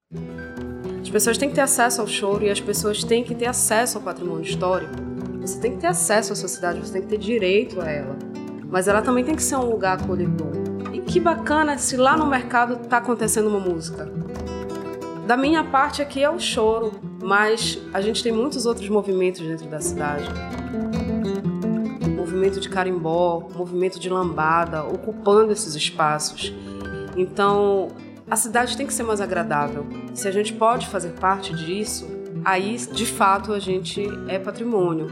As pessoas têm que ter acesso ao choro e as pessoas têm que ter acesso ao patrimônio histórico. Você tem que ter acesso à sua cidade, você tem que ter direito a ela. Mas ela também tem que ser um lugar acolhedor. E que bacana se lá no mercado está acontecendo uma música. Da minha parte aqui é o choro, mas a gente tem muitos outros movimentos dentro da cidade. Movimento de carimbó, movimento de lambada, ocupando esses espaços. Então, a cidade tem que ser mais agradável. Se a gente pode fazer parte disso, aí, de fato, a gente é patrimônio.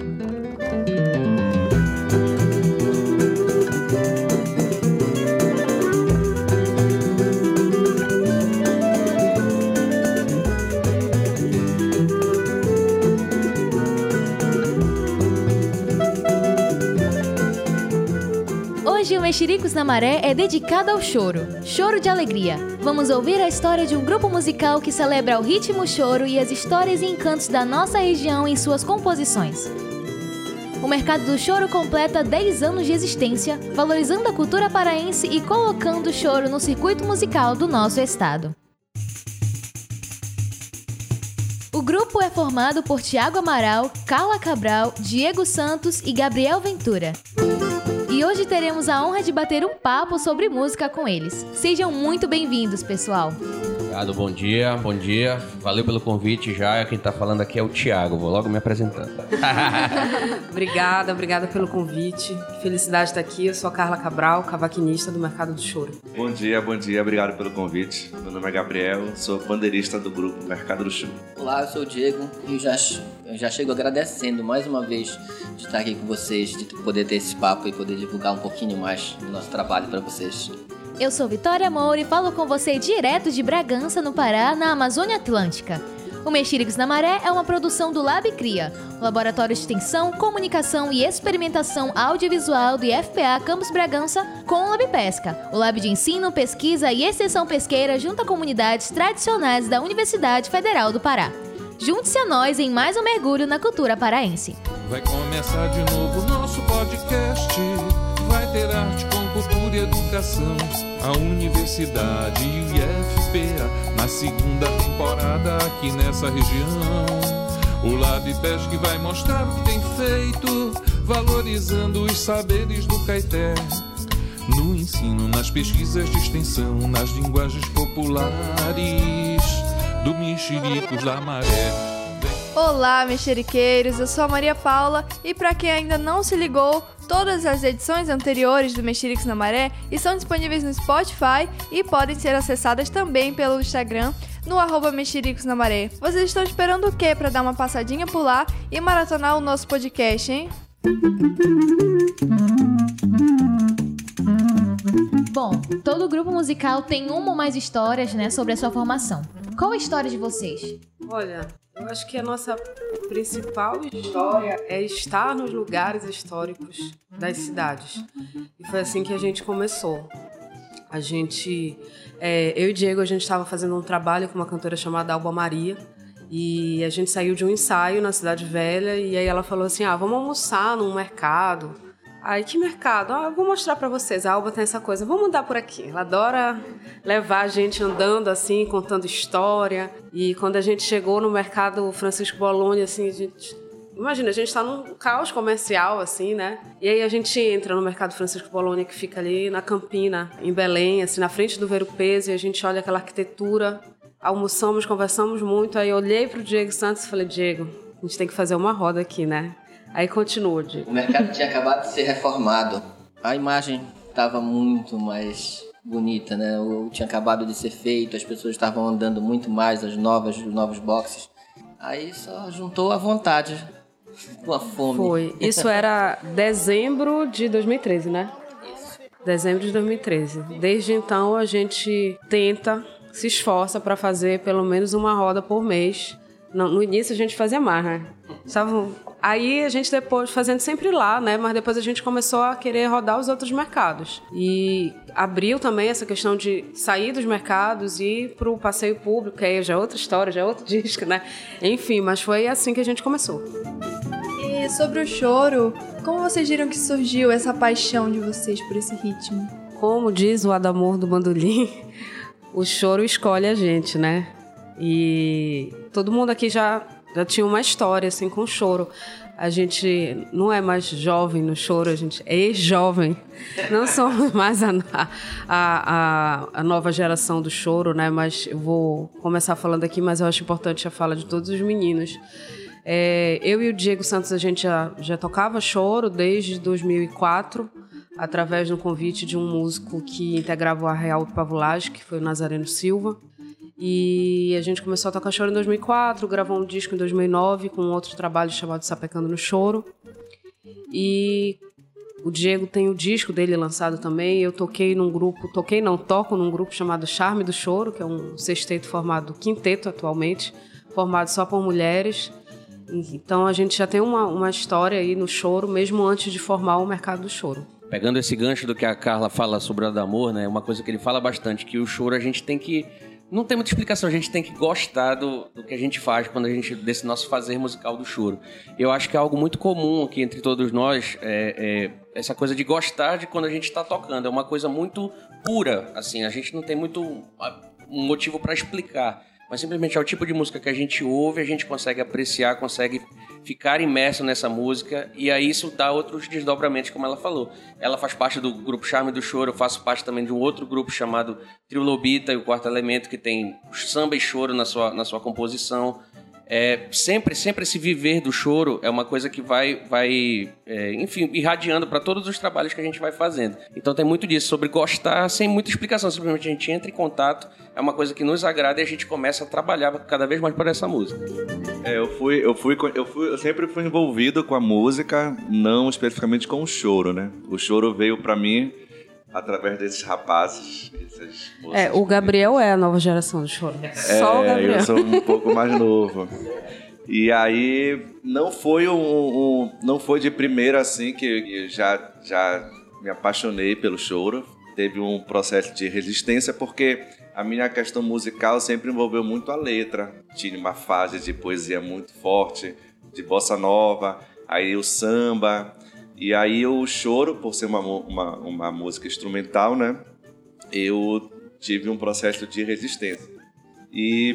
Hoje o Mexericos na Maré é dedicado ao choro, choro de alegria. Vamos ouvir a história de um grupo musical que celebra o ritmo choro e as histórias e encantos da nossa região em suas composições. O Mercado do Choro completa 10 anos de existência, valorizando a cultura paraense e colocando o choro no circuito musical do nosso estado. O grupo é formado por Tiago Amaral, Carla Cabral, Diego Santos e Gabriel Ventura. E hoje teremos a honra de bater um papo sobre música com eles. Sejam muito bem-vindos, pessoal. Obrigado, bom dia. Valeu pelo convite já. Quem tá falando aqui é o Tiago, vou logo me apresentando. Obrigada pelo convite. Felicidade de estar aqui. Eu sou a Carla Cabral, cavaquinista do Mercado do Choro. Bom dia, obrigado pelo convite. Meu nome é Gabriel, sou pandeirista do grupo Mercado do Choro. Olá, eu sou o Diego e eu já chego agradecendo mais uma vez de estar aqui com vocês, de poder ter esse papo e poder divulgar um pouquinho mais do nosso trabalho para vocês. Eu sou Vitória Moura e falo com você direto de Bragança, no Pará, na Amazônia Atlântica. O Mexericos na Maré é uma produção do Lab Cria, Laboratório de Extensão, Comunicação e Experimentação Audiovisual do IFPA Campus Bragança com o Lab Pesca, o Lab de Ensino, Pesquisa e Extensão Pesqueira junto a comunidades tradicionais da Universidade Federal do Pará. Junte-se a nós em mais um mergulho na cultura paraense. Vai começar de novo nosso podcast. Vai ter arte com cultura e educação. A Universidade e o IFPA na segunda temporada aqui nessa região. O Lab Pesca vai mostrar o que tem feito, valorizando os saberes do Caeté. No ensino, nas pesquisas de extensão, nas linguagens populares do Mexericos da Maré. Olá, mexeriqueiros, eu sou a Maria Paula e para quem ainda não se ligou, todas as edições anteriores do Mexericos na Maré estão disponíveis no Spotify e podem ser acessadas também pelo Instagram no @Mexericos na Maré. Vocês estão esperando o quê para dar uma passadinha por lá e maratonar o nosso podcast, hein? Bom, todo grupo musical tem uma ou mais histórias, sobre a sua formação. Qual a história de vocês? Olha, eu acho que a nossa principal história é estar nos lugares históricos das cidades. E foi assim que a gente começou. Eu e Diego, a gente estava fazendo um trabalho com uma cantora chamada Alba Maria. E a gente saiu de um ensaio na Cidade Velha e aí ela falou assim, vamos almoçar num mercado. Aí, que mercado? Eu vou mostrar pra vocês. A Alba tem essa coisa, vamos andar por aqui. Ela adora levar a gente andando assim, contando história. E quando a gente chegou no mercado Francisco Bolonha, assim, imagina, a gente tá num caos comercial, assim, né? E aí a gente entra no mercado Francisco Bolonha, que fica ali na Campina, em Belém, assim, na frente do Ver-o-Peso, e a gente olha aquela arquitetura, almoçamos, conversamos muito. Aí eu olhei pro Diego Santos e falei, Diego, a gente tem que fazer uma roda aqui, né? Aí continua, Diego. O mercado tinha acabado de ser reformado. A imagem estava muito mais bonita, né? Tinha acabado de ser feito, as pessoas estavam andando muito mais, os novos boxes. Aí só juntou a vontade com a fome. Foi. Isso era dezembro de 2013, né? Isso. Dezembro de 2013. Desde então a gente se esforça para fazer pelo menos uma roda por mês. No início a gente fazia mais, né? Aí a gente depois fazendo sempre lá, né? Mas depois a gente começou a querer rodar os outros mercados. E abriu também essa questão de sair dos mercados e ir pro passeio público, que aí já é outra história, já é outro disco, né? Enfim, mas foi assim que a gente começou. E sobre o choro, como vocês viram que surgiu essa paixão de vocês por esse ritmo? Como diz o Adamor do Bandolim, o choro escolhe a gente, né? E todo mundo aqui já tinha uma história assim com o choro. A gente não é mais jovem no choro, a gente é ex-jovem. Não somos mais a nova geração do choro, né? Mas eu vou começar falando aqui, mas eu acho importante a fala de todos os meninos. Eu e o Diego Santos, a gente já tocava choro desde 2004, através do convite de um músico que integrava o Arraial do Pavulagem, que foi o Nazareno Silva. E a gente começou a tocar choro em 2004, gravou um disco em 2009 com um outro trabalho chamado Sapecando no Choro. E o Diego tem o disco dele lançado também. Eu toco num grupo chamado Charme do Choro, que é um sexteto formado, quinteto atualmente, formado só por mulheres. Então a gente já tem uma história aí no choro, mesmo antes de formar o mercado do choro. Pegando esse gancho do que a Carla fala sobre o Adamor, né? Uma coisa que ele fala bastante, que o choro a gente tem que... Não tem muita explicação, a gente tem que gostar do que a gente faz desse nosso fazer musical do choro. Eu acho que é algo muito comum aqui entre todos nós, essa coisa de gostar de quando a gente está tocando. É uma coisa muito pura, assim, a gente não tem muito um motivo para explicar. Mas simplesmente é o tipo de música que a gente ouve, a gente consegue apreciar, consegue ficar imerso nessa música, e aí isso dá outros desdobramentos, como ela falou. Ela faz parte do grupo Charme do Choro, eu faço parte também de um outro grupo chamado Trio Lobita e o Quarto Elemento, que tem samba e choro na sua composição. Sempre esse viver do choro é uma coisa que vai enfim, irradiando para todos os trabalhos que a gente vai fazendo. Então tem muito disso, sobre gostar sem muita explicação, simplesmente a gente entra em contato, é uma coisa que nos agrada e a gente começa a trabalhar cada vez mais por essa música. Eu sempre fui envolvido com a música, não especificamente com o choro, né? O choro veio para mim através desses rapazes, essas moças. O Gabriel é a nova geração do choro. Só o Gabriel. Eu sou um pouco mais novo. E aí não foi de primeira assim que já me apaixonei pelo choro. Teve um processo de resistência porque a minha questão musical sempre envolveu muito a letra. Tinha uma fase de poesia muito forte, de bossa nova, aí o samba. E aí o choro, por ser uma música instrumental, né, eu tive um processo de resistência. E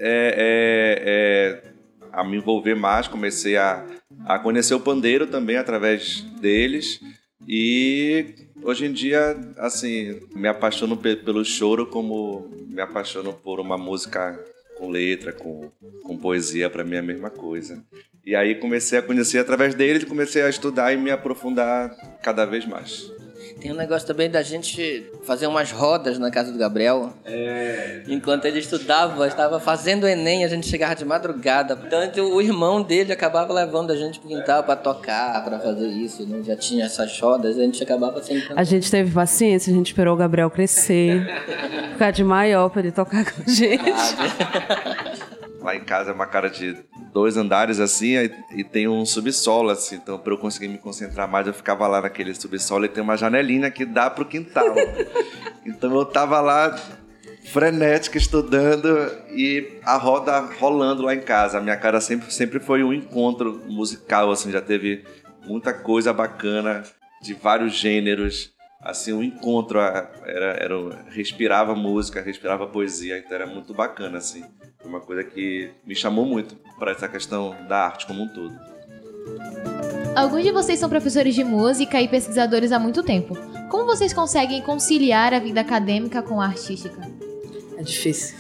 a me envolver mais, comecei a conhecer o pandeiro também através deles. E hoje em dia, assim, me apaixono pelo choro como me apaixono por uma música com letra, com poesia. Para mim é a mesma coisa. E aí comecei a conhecer através dele, comecei a estudar e me aprofundar cada vez mais. Tem um negócio também da gente fazer umas rodas na casa do Gabriel. Enquanto ele estava fazendo o Enem, a gente chegava de madrugada. Tanto o irmão dele acabava levando a gente pro quintal para tocar, para fazer isso. Não já tinha essas rodas, a gente acabava sem cantar. A gente teve paciência, a gente esperou o Gabriel crescer, ficar de maior para ele tocar com a gente. Lá em casa é uma casa de 2 andares assim e tem um subsolo assim, então para eu conseguir me concentrar mais eu ficava lá naquele subsolo e tem uma janelinha que dá pro quintal. Então eu tava lá frenético estudando e a roda rolando lá em casa. A minha casa sempre foi um encontro musical, assim, já teve muita coisa bacana de vários gêneros. Assim, o encontro respirava música, respirava poesia, então era muito bacana, assim. Foi uma coisa que me chamou muito para essa questão da arte como um todo. Alguns de vocês são professores de música e pesquisadores há muito tempo. Como vocês conseguem conciliar a vida acadêmica com a artística? É difícil.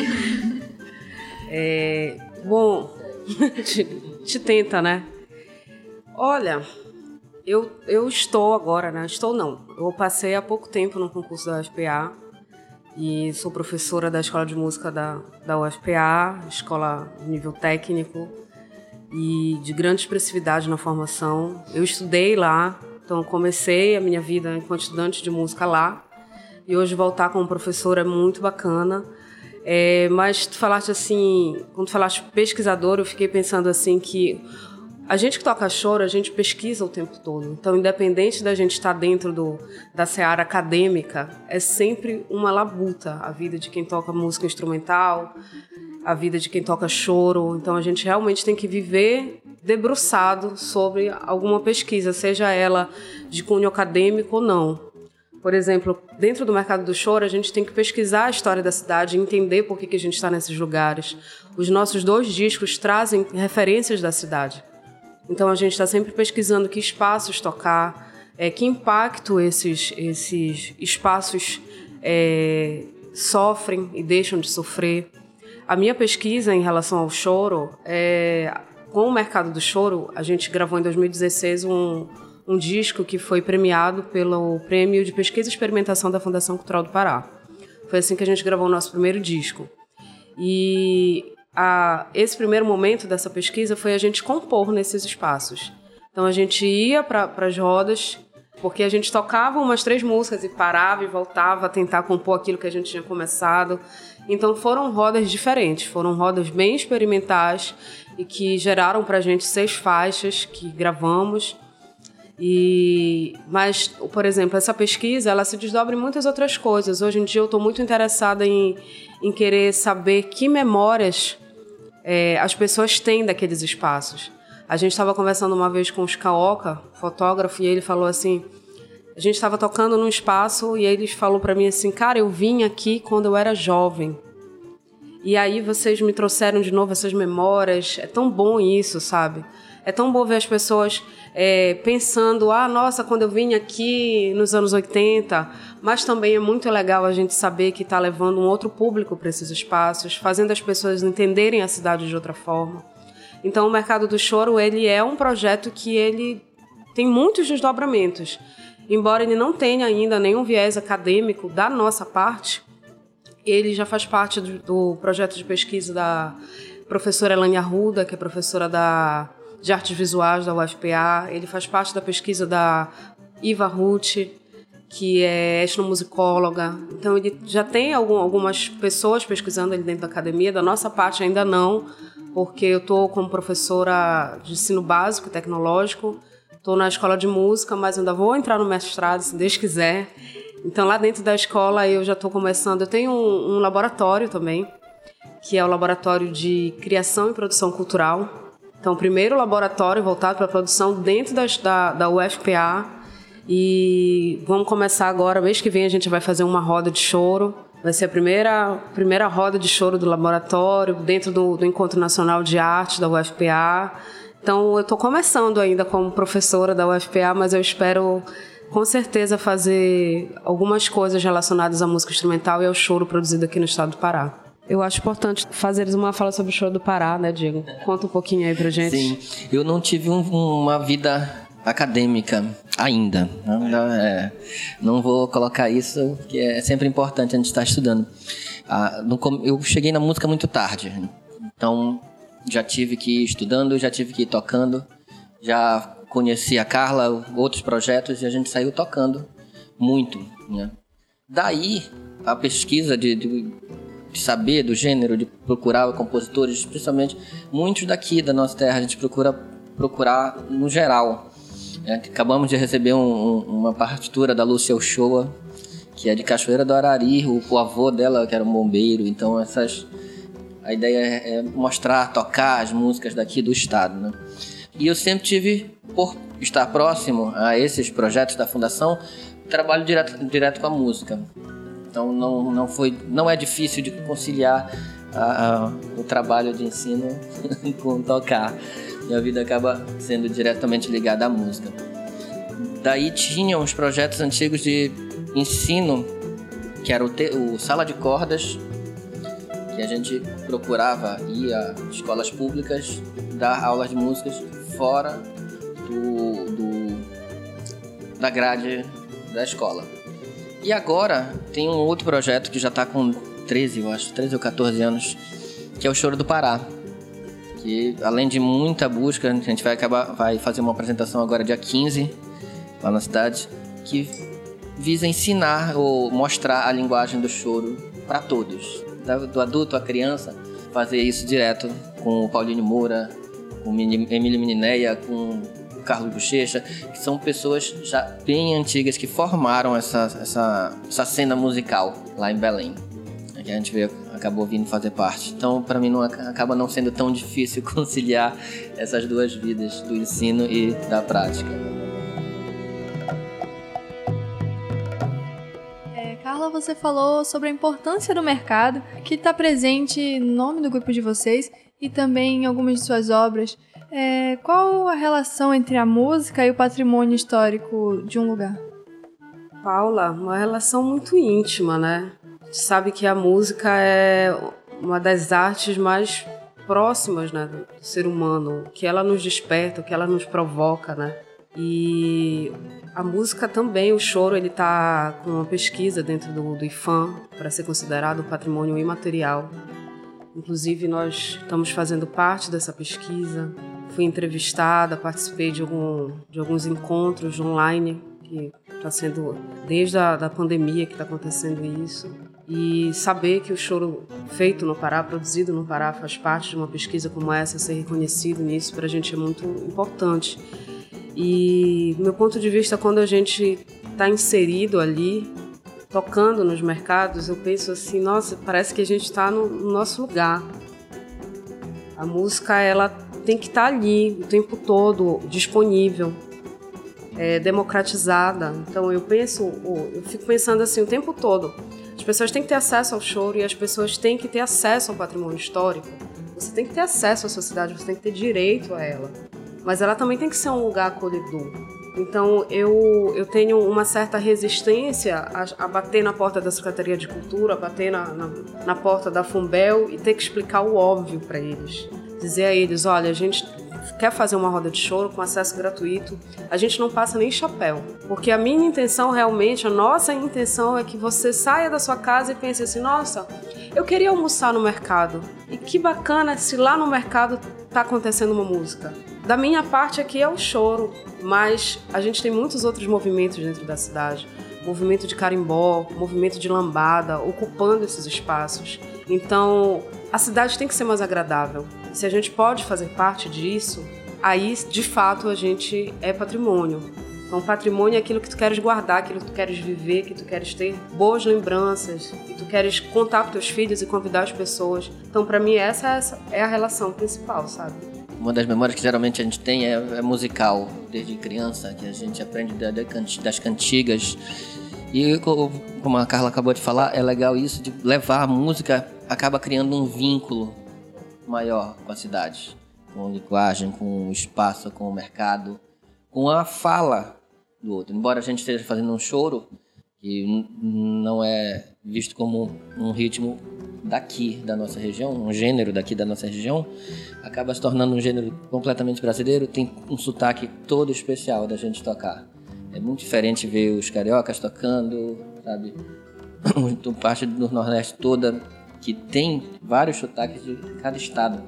Bom, te tenta, né? Olha... Eu estou agora, né? Eu passei há pouco tempo no concurso da UFPA e sou professora da Escola de Música da UFPA, escola de nível técnico e de grande expressividade na formação. Eu estudei lá, então comecei a minha vida enquanto estudante de música lá e hoje voltar como professora é muito bacana. Mas tu falaste assim, quando tu falaste pesquisador, eu fiquei pensando assim que a gente que toca choro, a gente pesquisa o tempo todo. Então, independente da gente estar dentro da seara acadêmica, é sempre uma labuta a vida de quem toca música instrumental, a vida de quem toca choro. Então, a gente realmente tem que viver debruçado sobre alguma pesquisa, seja ela de cunho acadêmico ou não. Por exemplo, dentro do mercado do choro, a gente tem que pesquisar a história da cidade, entender por que a gente está nesses lugares. Os nossos 2 discos trazem referências da cidade. Então, a gente está sempre pesquisando que espaços tocar, que impacto esses espaços sofrem e deixam de sofrer. A minha pesquisa em relação ao choro, com o mercado do choro, a gente gravou em 2016 um disco que foi premiado pelo Prêmio de Pesquisa e Experimentação da Fundação Cultural do Pará. Foi assim que a gente gravou o nosso primeiro disco. E esse primeiro momento dessa pesquisa foi a gente compor nesses espaços. Então a gente ia para as rodas, porque a gente tocava umas 3 músicas e parava e voltava a tentar compor aquilo que a gente tinha começado. Então foram rodas diferentes, foram rodas bem experimentais e que geraram para a gente 6 faixas que gravamos. Mas, por exemplo, essa pesquisa ela se desdobra em muitas outras coisas. Hoje em dia eu estou muito interessada em querer saber que memórias as pessoas têm daqueles espaços. A gente estava conversando uma vez com o Skaoka, fotógrafo, e ele falou assim, a gente estava tocando num espaço e ele falou para mim assim, cara, eu vim aqui quando eu era jovem. E aí vocês me trouxeram de novo essas memórias. É tão bom isso, sabe? É tão bom ver as pessoas pensando, nossa, quando eu vim aqui nos anos 80, mas também é muito legal a gente saber que está levando um outro público para esses espaços, fazendo as pessoas entenderem a cidade de outra forma. Então, o Mercado do Choro, ele é um projeto que ele tem muitos desdobramentos. Embora ele não tenha ainda nenhum viés acadêmico da nossa parte, ele já faz parte do projeto de pesquisa da professora Elane Arruda, que é professora de artes visuais da UFPA. Ele faz parte da pesquisa da Iva Ruth, que é etnomusicóloga. Então, ele já tem algumas pessoas pesquisando ele dentro da academia. Da nossa parte, ainda não, porque eu estou como professora de ensino básico e tecnológico. Estou na escola de música, mas ainda vou entrar no mestrado, se Deus quiser. Então, lá dentro da escola, eu já estou começando. Eu tenho um laboratório também, que é o Laboratório de Criação e Produção Cultural. Então, o primeiro laboratório voltado para a produção dentro da UFPA. E vamos começar agora, mês que vem a gente vai fazer uma roda de choro. Vai ser a primeira roda de choro do laboratório, dentro do Encontro Nacional de Arte da UFPA. Então, eu estou começando ainda como professora da UFPA, mas eu espero, com certeza, fazer algumas coisas relacionadas à música instrumental e ao choro produzido aqui no estado do Pará. Eu acho importante fazer uma fala sobre o choro do Pará, né, Diego? Conta um pouquinho aí pra gente. Sim, eu não tive uma vida acadêmica ainda. Não vou colocar isso, que é sempre importante a gente estar estudando. Eu cheguei na música muito tarde, então já tive que ir estudando, já tive que ir tocando, já conheci a Carla, outros projetos, e a gente saiu tocando muito, né? Daí, a pesquisa de saber do gênero, de procurar compositores, principalmente muitos daqui da nossa terra, a gente procurar no geral. Acabamos de receber uma partitura da Lúcia Uchoa, que é de Cachoeira do Arari, o avô dela que era um bombeiro, então a ideia é mostrar, tocar as músicas daqui do estado, né? E eu sempre tive, por estar próximo a esses projetos da Fundação, trabalho direto com a música. Então não é difícil de conciliar o trabalho de ensino com tocar. Minha vida acaba sendo diretamente ligada à música. Daí tinha uns projetos antigos de ensino, que era o Sala de Cordas, que a gente procurava ir a escolas públicas, dar aulas de músicas fora da grade da escola. E agora tem um outro projeto que já está com 13 ou 14 anos, que é o Choro do Pará. Que além de muita busca, a gente vai fazer uma apresentação agora dia 15, lá na cidade, que visa ensinar ou mostrar a linguagem do choro para todos, do adulto à criança, fazer isso direto com o Paulinho Moura, com o Emílio Menineia, com o Carlos Bochecha, que são pessoas já bem antigas que formaram essa cena musical lá em Belém, que a gente acabou vindo fazer parte. Então, para mim, acaba não sendo tão difícil conciliar essas duas vidas, do ensino e da prática. você falou sobre a importância do mercado, que está presente no nome do grupo de vocês e também em algumas de suas obras. Qual a relação entre a música e o patrimônio histórico de um lugar? Paula, uma relação muito íntima, né? A gente sabe que a música é uma das artes mais próximas, né, do ser humano, que ela nos desperta, que ela nos provoca, né? E a música também, o choro, ele tá com uma pesquisa dentro do IPHAN para ser considerado patrimônio imaterial. Inclusive, nós estamos fazendo parte dessa pesquisa. Fui entrevistada, participei de alguns encontros online, que está sendo desde a pandemia que está acontecendo isso. E saber que o choro feito no Pará, produzido no Pará, faz parte de uma pesquisa como essa, ser reconhecido nisso, para a gente é muito importante. E, do meu ponto de vista, quando a gente está inserido ali, tocando nos mercados, eu penso assim, nossa, parece que a gente está no nosso lugar. A música, ela tem que estar ali o tempo todo, disponível, democratizada. Então eu fico pensando assim o tempo todo, as pessoas têm que ter acesso ao choro e as pessoas têm que ter acesso ao patrimônio histórico. Você tem que ter acesso à sua cidade, você tem que ter direito a ela. Mas ela também tem que ser um lugar acolhedor. Então eu tenho uma certa resistência a bater na porta da Secretaria de Cultura, a bater na porta da Fumbel e ter que explicar o óbvio para eles. Dizer a eles, olha, a gente quer fazer uma roda de choro com acesso gratuito, a gente não passa nem chapéu. Porque a minha intenção realmente, a nossa intenção é que você saia da sua casa e pense assim, nossa, eu queria almoçar no mercado. E que bacana se lá no mercado está acontecendo uma música. Da minha parte aqui é o choro, mas a gente tem muitos outros movimentos dentro da cidade. Movimento de carimbó, movimento de lambada, ocupando esses espaços. Então, a cidade tem que ser mais agradável. Se a gente pode fazer parte disso, aí, de fato, a gente é patrimônio. Então, patrimônio é aquilo que tu queres guardar, aquilo que tu queres viver, que tu queres ter boas lembranças, que tu queres contar para teus filhos e convidar as pessoas. Então, para mim, essa é a relação principal, sabe? Uma das memórias que geralmente a gente tem é musical, desde criança, que a gente aprende das cantigas. E como a Carla acabou de falar, é legal isso de levar a música, acaba criando um vínculo maior com a cidade, com a linguagem, com o espaço, com o mercado, com a fala do outro. Embora a gente esteja fazendo um choro, que não é visto como um ritmo daqui da nossa região, um gênero daqui da nossa região, acaba se tornando um gênero completamente brasileiro, tem um sotaque todo especial da gente tocar. É muito diferente ver os cariocas tocando, sabe? Parte do Nordeste toda, que tem vários sotaques de cada estado.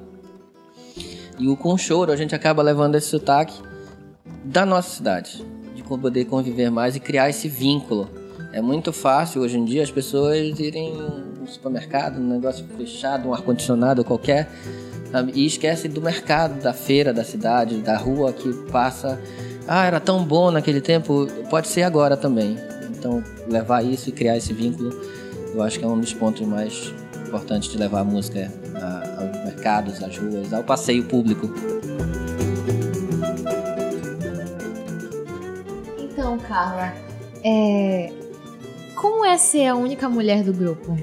E com o choro a gente acaba levando esse sotaque da nossa cidade, de poder conviver mais e criar esse vínculo. É muito fácil hoje em dia as pessoas irem no supermercado, num negócio fechado, um ar-condicionado qualquer, sabe? E esquece do mercado, da feira, da cidade, da rua que passa. Ah, era tão bom naquele tempo, pode ser agora também. Então, levar isso e criar esse vínculo, eu acho que é um dos pontos mais importantes de levar a música aos mercados, às ruas, ao passeio público. Então, Carla, como é ser a única mulher do grupo?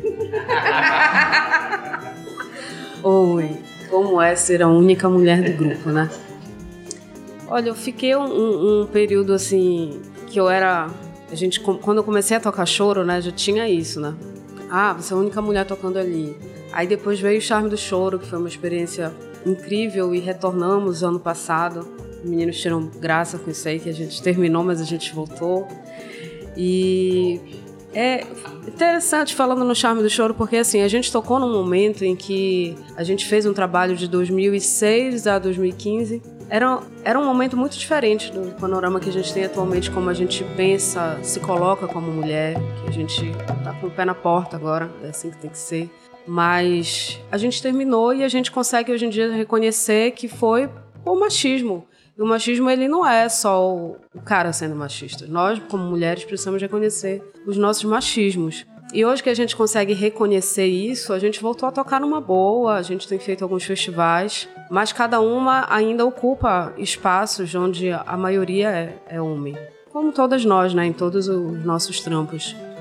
Oi, como é ser a única mulher do grupo, né? Olha, eu fiquei um período assim, que eu era... quando eu comecei a tocar choro, né, já tinha isso, né? Ah, você é a única mulher tocando ali. Aí depois veio o Charme do Choro, que foi uma experiência incrível, e retornamos ano passado. Os meninos tiram graça com isso aí, que a gente terminou, mas a gente voltou. E é interessante falando no Charme do Choro, porque assim, a gente tocou num momento em que a gente fez um trabalho de 2006 a 2015. Era um momento muito diferente do panorama que a gente tem atualmente, como a gente pensa, se coloca como mulher, que a gente tá com o pé na porta agora, é assim que tem que ser. Mas a gente terminou e a gente consegue hoje em dia reconhecer que foi por machismo. E o machismo, ele não é só o cara sendo machista. Nós, como mulheres, precisamos reconhecer os nossos machismos. E hoje que a gente consegue reconhecer isso, a gente voltou a tocar numa boa, a gente tem feito alguns festivais, mas cada uma ainda ocupa espaços onde a maioria é homem. Como todas nós, né, em todos os nossos trampos.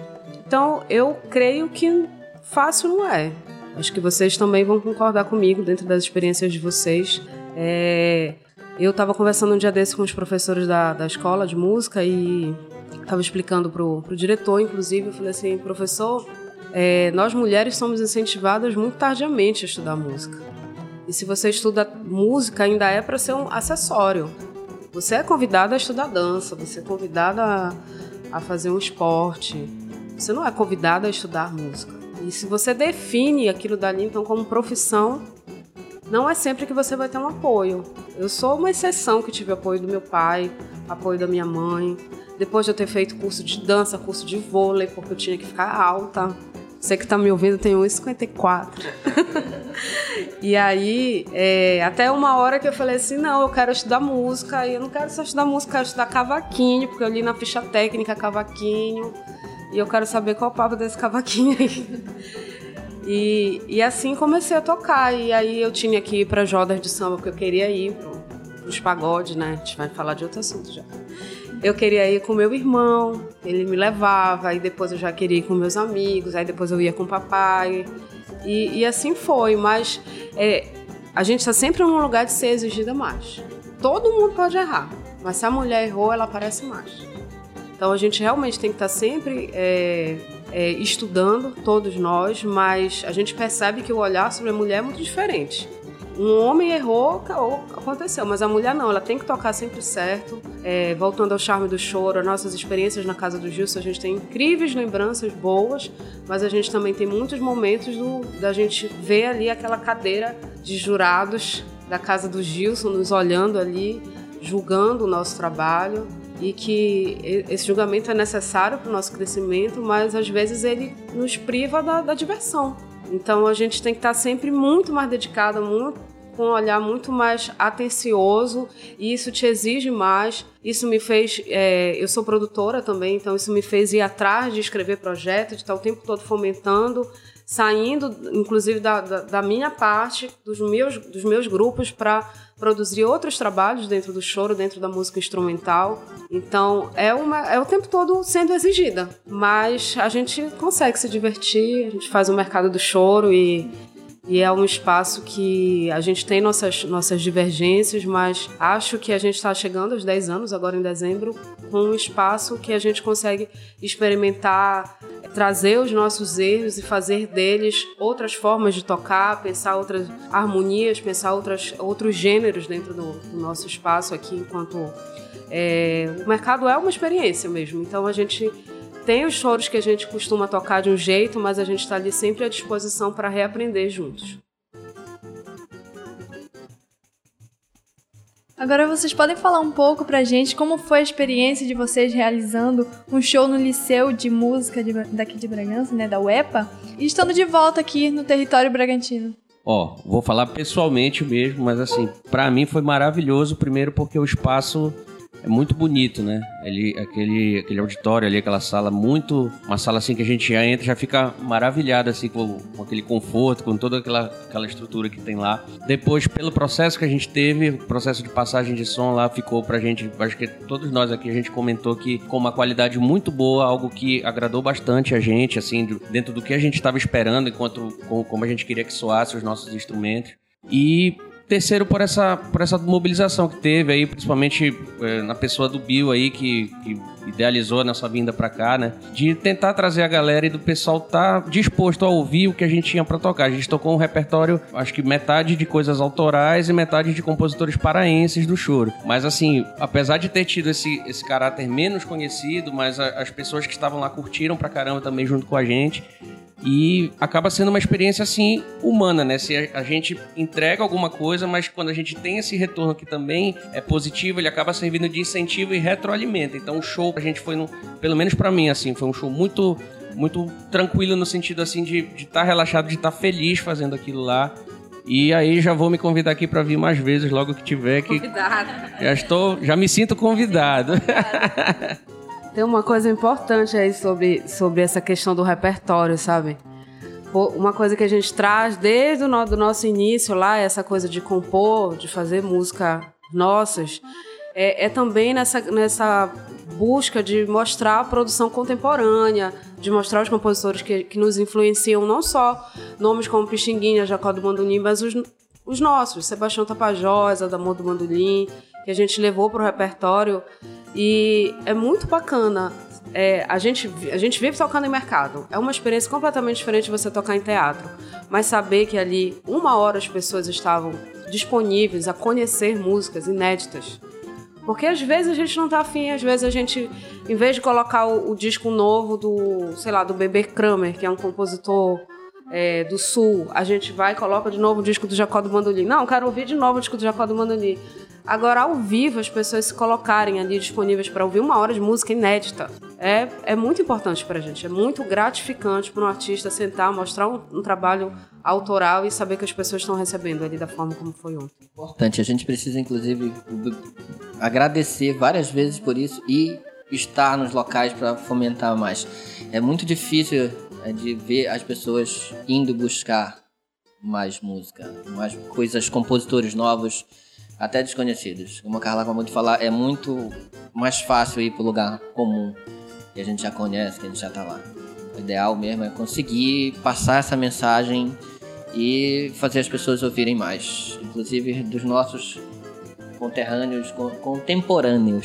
Então, eu creio que fácil não é. Acho que vocês também vão concordar comigo dentro das experiências de vocês. Eu estava conversando um dia desse com os professores da escola de música e estava explicando pro diretor, inclusive, eu falei assim, professor, nós mulheres somos incentivadas muito tardiamente a estudar música. E se você estuda música, ainda é para ser um acessório. Você é convidada a estudar dança, você é convidada a fazer um esporte. Você não é convidada a estudar música. E se você define aquilo dali, então, como profissão, não é sempre que você vai ter um apoio. Eu sou uma exceção que tive apoio do meu pai, apoio da minha mãe. Depois de eu ter feito curso de dança, curso de vôlei, porque eu tinha que ficar alta. Você que está me ouvindo tem 1,54. E aí, até uma hora que eu falei assim, não, eu quero estudar música. E eu não quero só estudar música, eu quero estudar cavaquinho, porque eu li na ficha técnica cavaquinho. E eu quero saber qual é o papo desse cavaquinho aí. E assim comecei a tocar. E aí eu tinha que ir para rodas de samba, porque eu queria ir para os pagodes, né? A gente vai falar de outro assunto já. Eu queria ir com meu irmão, ele me levava, aí depois eu já queria ir com meus amigos, aí depois eu ia com o papai. E assim foi, mas a gente está sempre num lugar de ser exigida mais. Todo mundo pode errar, mas se a mulher errou, ela aparece mais. Então a gente realmente tem que estar sempre estudando, todos nós, mas a gente percebe que o olhar sobre a mulher é muito diferente. Um homem errou, aconteceu, mas a mulher não, ela tem que tocar sempre certo. Voltando ao charme do choro, as nossas experiências na casa do Gilson, a gente tem incríveis lembranças boas, mas a gente também tem muitos momentos da gente ver ali aquela cadeira de jurados da casa do Gilson, nos olhando ali, julgando o nosso trabalho. E que esse julgamento é necessário para o nosso crescimento, mas às vezes ele nos priva da diversão. Então a gente tem que estar sempre muito mais dedicada, com um olhar muito mais atencioso, e isso te exige mais. Isso me fez, eu sou produtora também, então isso me fez ir atrás de escrever projetos, de estar o tempo todo fomentando, saindo inclusive da minha parte, dos meus grupos, para produzir outros trabalhos dentro do choro, dentro da música instrumental. Então é o tempo todo sendo exigida, mas a gente consegue se divertir, a gente faz o mercado do choro e é um espaço que a gente tem nossas divergências, mas acho que a gente está chegando aos 10 anos, agora em dezembro, com um espaço que a gente consegue experimentar, trazer os nossos erros e fazer deles outras formas de tocar, pensar outras harmonias, pensar outros gêneros dentro do nosso espaço aqui, enquanto o mercado é uma experiência mesmo. Então a gente tem os choros que a gente costuma tocar de um jeito, mas a gente está ali sempre à disposição para reaprender juntos. Agora vocês podem falar um pouco pra gente como foi a experiência de vocês realizando um show no Liceu de Música daqui de Bragança, né, da UEPA, e estando de volta aqui no território bragantino. Vou falar pessoalmente mesmo, mas assim, pra mim foi maravilhoso, primeiro porque o espaço é muito bonito, né? Aquele auditório ali, aquela sala uma sala assim que a gente já entra e já fica maravilhado assim com aquele conforto, com toda aquela estrutura que tem lá. Depois, pelo processo que a gente teve, o processo de passagem de som lá ficou pra gente, acho que todos nós aqui a gente comentou que com uma qualidade muito boa, algo que agradou bastante a gente, assim, dentro do que a gente estava esperando, como a gente queria que soasse os nossos instrumentos. E terceiro, por essa mobilização que teve aí, principalmente na pessoa do Bill aí, que idealizou a nossa vinda pra cá, né? De tentar trazer a galera e do pessoal tá disposto a ouvir o que a gente tinha pra tocar. A gente tocou um repertório, acho que metade de coisas autorais e metade de compositores paraenses do choro. Mas assim, apesar de ter tido esse caráter menos conhecido, mas as pessoas que estavam lá curtiram pra caramba também junto com a gente. E acaba sendo uma experiência, assim, humana, né? Se a gente entrega alguma coisa, mas quando a gente tem esse retorno que também é positivo, ele acaba servindo de incentivo e retroalimenta. Então o show, a gente foi, pelo menos pra mim, assim, foi um show muito, muito tranquilo no sentido, assim, de estar relaxado, de estar feliz fazendo aquilo lá. E aí já vou me convidar aqui pra vir mais vezes, logo que tiver. Convidado. Já me sinto convidado. Tem uma coisa importante aí sobre essa questão do repertório, sabe? Uma coisa que a gente traz desde do nosso início lá, essa coisa de compor, de fazer música nossas, é também nessa busca de mostrar a produção contemporânea, de mostrar os compositores que nos influenciam, não só nomes como Pixinguinha, Jacó do Bandolim, mas os nossos, Sebastião Tapajós, Adamor do Bandolim, que a gente levou para o repertório. E é muito bacana. A gente vive tocando em mercado. É uma experiência completamente diferente de você tocar em teatro. Mas saber que ali, 1 hora, as pessoas estavam disponíveis a conhecer músicas inéditas. Porque às vezes a gente não tá afim, às vezes a gente, em vez de colocar o disco novo do Bebê Kramer, que é um compositor do Sul, a gente vai e coloca de novo o disco do Jacó do Bandolim. Não, quero ouvir de novo o disco do Jacó do Bandolim. Agora, ao vivo, as pessoas se colocarem ali disponíveis para ouvir 1 hora de música inédita é muito importante para a gente. É muito gratificante para um artista sentar, mostrar um trabalho autoral e saber que as pessoas estão recebendo ali da forma como foi ontem. Importante. A gente precisa, inclusive, agradecer várias vezes por isso e estar nos locais para fomentar mais. É muito difícil de ver as pessoas indo buscar mais música, mais coisas, compositores novos, até desconhecidos. Como a Carla acabou de falar, é muito mais fácil ir para o lugar comum, que a gente já conhece, que a gente já está lá. O ideal mesmo é conseguir passar essa mensagem e fazer as pessoas ouvirem mais, inclusive dos nossos conterrâneos, contemporâneos.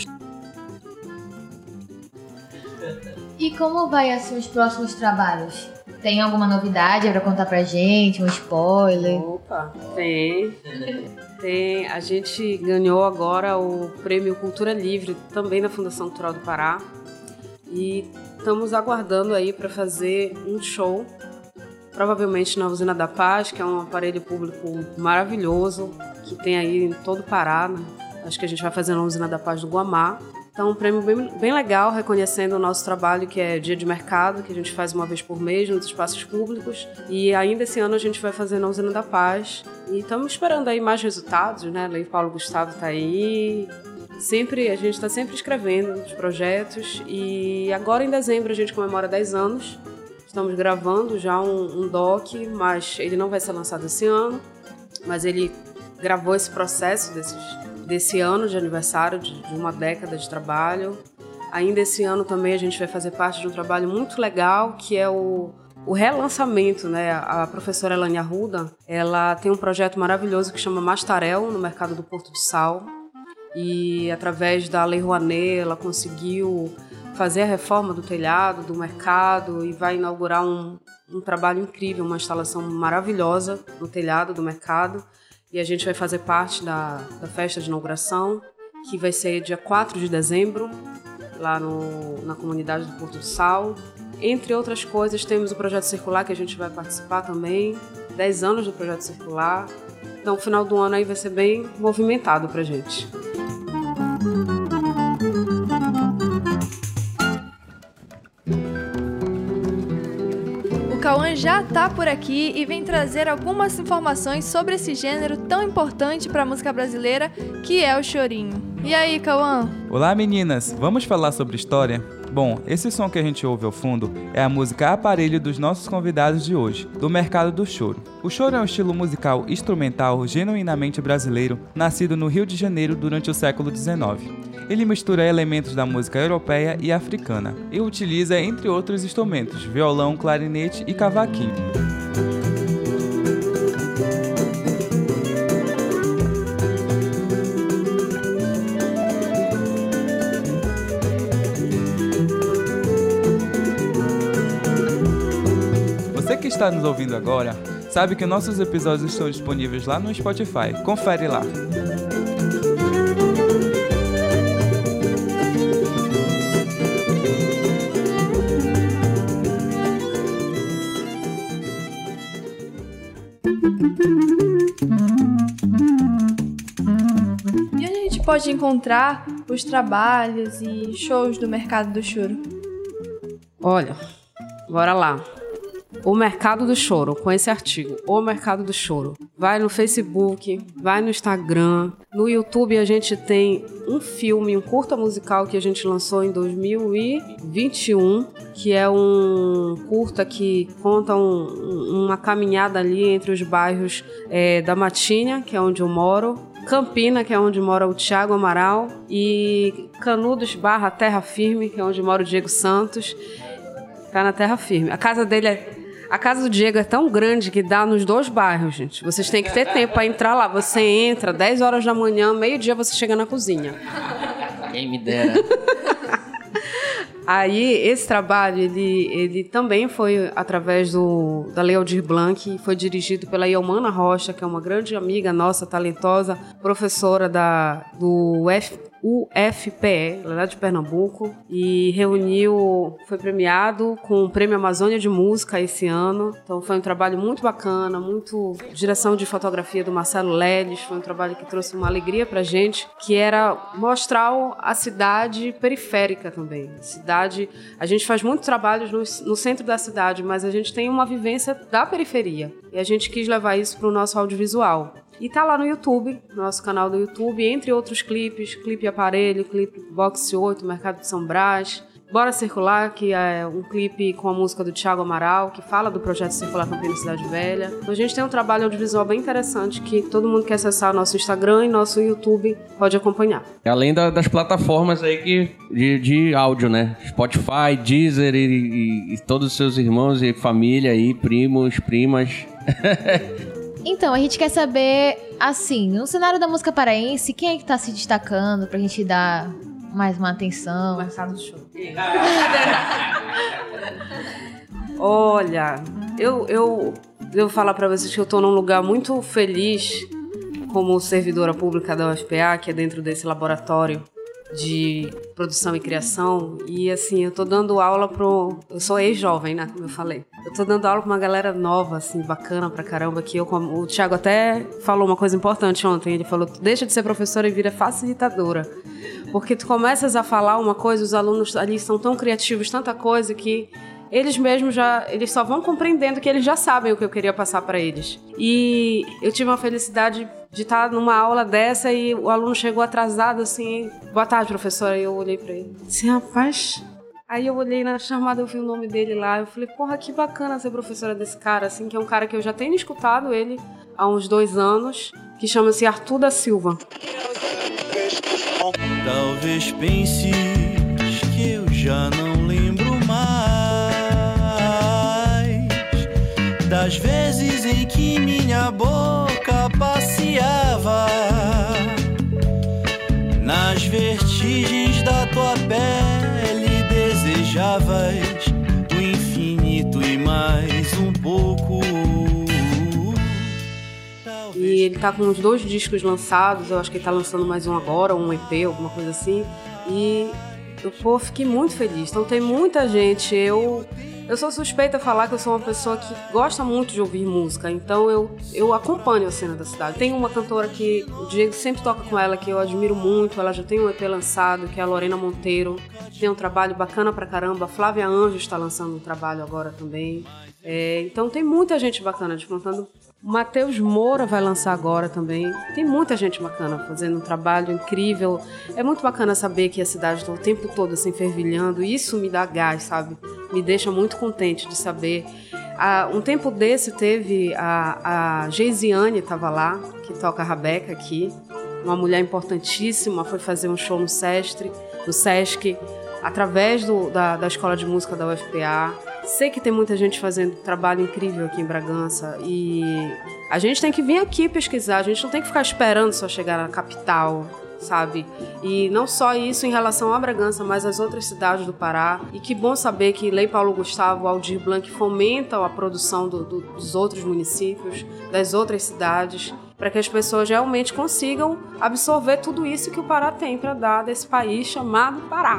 E como vai assim os próximos trabalhos? Tem alguma novidade para contar pra gente? Um spoiler? Opa, tem. A gente ganhou agora o Prêmio Cultura Livre, também da Fundação Cultural do Pará. E estamos aguardando aí para fazer um show, provavelmente na Usina da Paz, que é um aparelho público maravilhoso, que tem aí em todo o Pará, né? Acho que a gente vai fazer na Usina da Paz do Guamá. Então, um prêmio bem legal, reconhecendo o nosso trabalho, que é Dia de Mercado, que a gente faz uma vez por mês nos espaços públicos. E ainda esse ano a gente vai fazer na Usina da Paz. E estamos esperando aí mais resultados, né? Lei Paulo Gustavo está aí. A gente está sempre escrevendo os projetos. E agora, em dezembro, a gente comemora 10 anos. Estamos gravando já um doc, mas ele não vai ser lançado esse ano. Mas ele gravou esse processo desse ano de aniversário, de uma década de trabalho. Ainda esse ano também a gente vai fazer parte de um trabalho muito legal, que é o relançamento, né? A professora Elane Arruda, ela tem um projeto maravilhoso que chama Mastarel, no mercado do Porto de Sal. E através da Lei Rouanet, ela conseguiu fazer a reforma do telhado, do mercado, e vai inaugurar um trabalho incrível, uma instalação maravilhosa no telhado do mercado. E a gente vai fazer parte da festa de inauguração, que vai ser dia 4 de dezembro, lá na comunidade do Porto do Sal. Entre outras coisas, temos o Projeto Circular, que a gente vai participar também. 10 anos do Projeto Circular. Então, o final do ano aí vai ser bem movimentado pra gente. O Cauã já tá por aqui e vem trazer algumas informações sobre esse gênero tão importante para a música brasileira, que é o chorinho. E aí, Cauã? Olá, meninas! Vamos falar sobre história? Bom, esse som que a gente ouve ao fundo é a música Aparelho dos nossos convidados de hoje, do mercado do choro. O choro é um estilo musical instrumental genuinamente brasileiro, nascido no Rio de Janeiro durante o século XIX. Ele mistura elementos da música europeia e africana e utiliza, entre outros instrumentos, violão, clarinete e cavaquinho. Você que está nos ouvindo agora, sabe que nossos episódios estão disponíveis lá no Spotify. Confere lá. E onde a gente pode encontrar os trabalhos e shows do mercado do choro? Olha, bora lá. O Mercado do Choro, com esse artigo, O Mercado do Choro. Vai no Facebook, vai no Instagram. No YouTube a gente tem um filme, um curta musical que a gente lançou em 2021, que é um curta que conta uma caminhada ali entre os bairros da Matinha, que é onde eu moro, Campina, que é onde mora o Thiago Amaral, e Canudos / Terra Firme, que é onde mora o Diego Santos. Tá na Terra Firme. A casa do Diego é tão grande que dá nos 2 bairros, gente. Vocês têm que ter tempo para entrar lá. Você entra 10 horas da manhã, meio-dia você chega na cozinha. Quem me dera. Aí, esse trabalho, ele também foi através da Lei Aldir Blanc, foi dirigido pela Iomana Rocha, que é uma grande amiga nossa, talentosa, professora do UFPE, lá de Pernambuco, e foi premiado com o Prêmio Amazônia de Música esse ano. Então foi um trabalho muito bacana, muito direção de fotografia do Marcelo Leles, foi um trabalho que trouxe uma alegria pra gente, que era mostrar a cidade periférica também. A gente faz muitos trabalhos no centro da cidade, mas a gente tem uma vivência da periferia, e a gente quis levar isso pro nosso audiovisual. E tá lá no YouTube, no nosso canal do YouTube, entre outros clipes, clipe Aparelho, clipe Boxe 8, Mercado de São Brás, Bora Circular, que é um clipe com a música do Thiago Amaral, que fala do projeto Circular Campina Cidade Velha. Então a gente tem um trabalho audiovisual bem interessante, que todo mundo que acessar nosso Instagram e nosso YouTube pode acompanhar. Além das plataformas aí de áudio, né? Spotify, Deezer e todos os seus irmãos e família aí, primos, primas... Então, a gente quer saber, assim, no cenário da música paraense, quem é que tá se destacando pra gente dar mais uma atenção? Mercado do Show. Olha, eu devo falar pra vocês que eu tô num lugar muito feliz como servidora pública da UFPA, que é dentro desse laboratório de produção e criação, e assim, eu tô dando aula eu sou ex-jovem, né, como eu falei. Eu tô dando aula com uma galera nova, assim, bacana pra caramba, que o Thiago até falou uma coisa importante ontem, ele falou, tu deixa de ser professora e vira facilitadora, porque tu começas a falar uma coisa, os alunos ali são tão criativos, tanta coisa, que eles mesmos eles só vão compreendendo que eles já sabem o que eu queria passar pra eles. E eu tive uma felicidade de estar numa aula dessa e o aluno chegou atrasado, assim, boa tarde, professora, e eu olhei pra ele, disse, rapaz... Aí eu olhei na chamada, eu vi o nome dele lá, eu falei, porra, que bacana ser professora desse cara, assim, que é um cara que eu já tenho escutado ele há uns 2 anos, que chama-se Arthur da Silva. Talvez penses que eu já não lembro mais das vezes em que minha boca passeava nas vertigens da tua pele, desejavas o infinito e mais um pouco. E ele tá com uns 2 discos lançados, eu acho que ele tá lançando mais um agora, um EP, alguma coisa assim. E eu fiquei muito feliz. Então tem muita gente, eu sou suspeita a falar que eu sou uma pessoa que gosta muito de ouvir música, então eu acompanho a cena da cidade. Tem uma cantora que o Diego sempre toca com ela, que eu admiro muito, ela já tem um EP lançado, que é a Lorena Monteiro, tem um trabalho bacana pra caramba, a Flávia Anjos está lançando um trabalho agora também. Então tem muita gente bacana despontando. O Matheus Moura vai lançar agora também. Tem muita gente bacana fazendo um trabalho incrível. É muito bacana saber que a cidade está o tempo todo assim fervilhando. Isso me dá gás, sabe? Me deixa muito contente de saber. Um tempo desse teve a Geisiane, estava lá, que toca a Rabeca aqui. Uma mulher importantíssima, foi fazer um show no Sesc, através da Escola de Música da UFPA. Sei que tem muita gente fazendo trabalho incrível aqui em Bragança e a gente tem que vir aqui pesquisar, a gente não tem que ficar esperando só chegar na capital, sabe? E não só isso em relação a Bragança, mas as outras cidades do Pará. E que bom saber que Lei Paulo Gustavo, Aldir Blanc fomentam a produção dos outros municípios, das outras cidades, para que as pessoas realmente consigam absorver tudo isso que o Pará tem para dar desse país chamado Pará.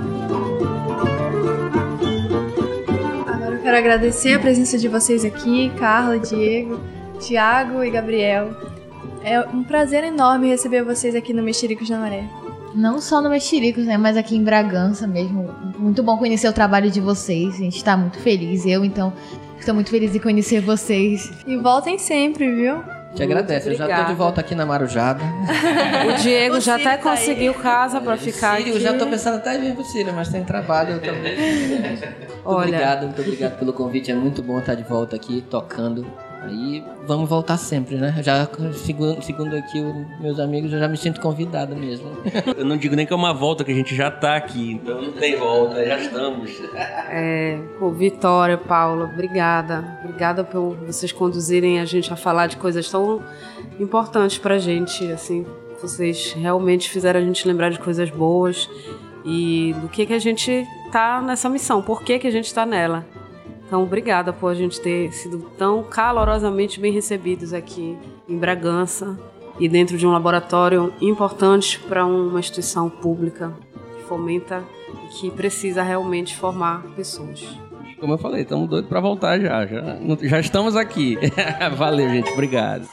Quero agradecer a presença de vocês aqui, Carla, Diego, Thiago e Gabriel. É um prazer enorme receber vocês aqui no Mexericos na Maré. Não só no Mexericos, né, mas aqui em Bragança mesmo. Muito bom conhecer o trabalho de vocês, a gente está muito feliz. Então, estou muito feliz de conhecer vocês. E voltem sempre, viu? Te agradeço, eu já tô de volta aqui na Marujada. O Diego já até conseguiu casa pra ficar Sírio, aqui. Eu já tô pensando até em vir pro Sírio, mas tem trabalho eu também. Muito obrigado pelo convite, é muito bom estar de volta aqui, tocando Aí vamos voltar sempre, né? Já, segundo aqui os meus amigos, eu já me sinto convidada mesmo. Eu não digo nem que é uma volta, que a gente já tá aqui, então não tem volta, já estamos. Vitória, Paula, obrigada. Obrigada por vocês conduzirem a gente a falar de coisas tão importantes pra gente, assim. Vocês realmente fizeram a gente lembrar de coisas boas e do que a gente tá nessa missão, por que a gente tá nela. Então, obrigada por a gente ter sido tão calorosamente bem recebidos aqui em Bragança e dentro de um laboratório importante para uma instituição pública que fomenta e que precisa realmente formar pessoas. Como eu falei, estamos doidos para voltar já estamos aqui. Valeu, gente. Obrigado.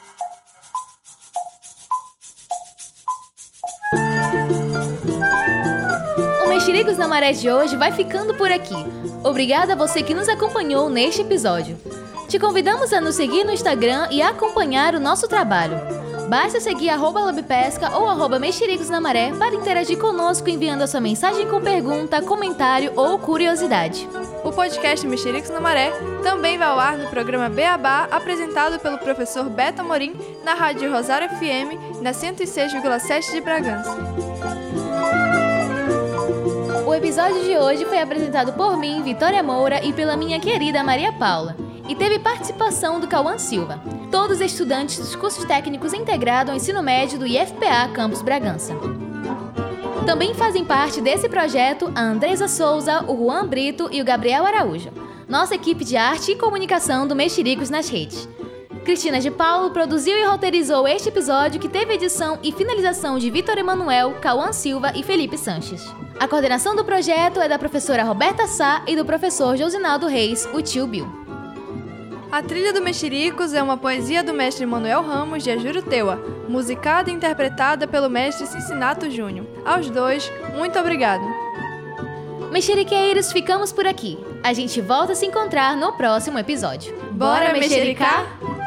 O Mexericos na Maré de hoje vai ficando por aqui. Obrigada a você que nos acompanhou neste episódio. Te convidamos a nos seguir no Instagram e a acompanhar o nosso trabalho. Basta seguir @labpesca ou @mexericos na maré para interagir conosco enviando a sua mensagem com pergunta, comentário ou curiosidade. O podcast Mexericos na Maré também vai ao ar no programa Beabá, apresentado pelo professor Beto Amorim, na Rádio Rosário FM, na 106,7 de Bragança. O episódio de hoje foi apresentado por mim, Vitória Moura, e pela minha querida Maria Paula, e teve participação do Cauã Silva, todos estudantes dos cursos técnicos integrados ao ensino médio do IFPA Campus Bragança. Também fazem parte desse projeto a Andresa Souza, o Juan Brito e o Gabriel Araújo, nossa equipe de arte e comunicação do Mexericos nas redes. Cristina de Paulo produziu e roteirizou este episódio, que teve edição e finalização de Vitor Emanuel, Cauã Silva e Felipe Sanches. A coordenação do projeto é da professora Roberta Sá e do professor Josinaldo Reis, o tio Bill. A trilha do Mexericos é uma poesia do mestre Manuel Ramos de Ajuruteua, musicada e interpretada pelo mestre Cincinato Júnior. Aos dois, muito obrigado. Mexeriqueiros, ficamos por aqui. A gente volta a se encontrar no próximo episódio. Bora mexericar?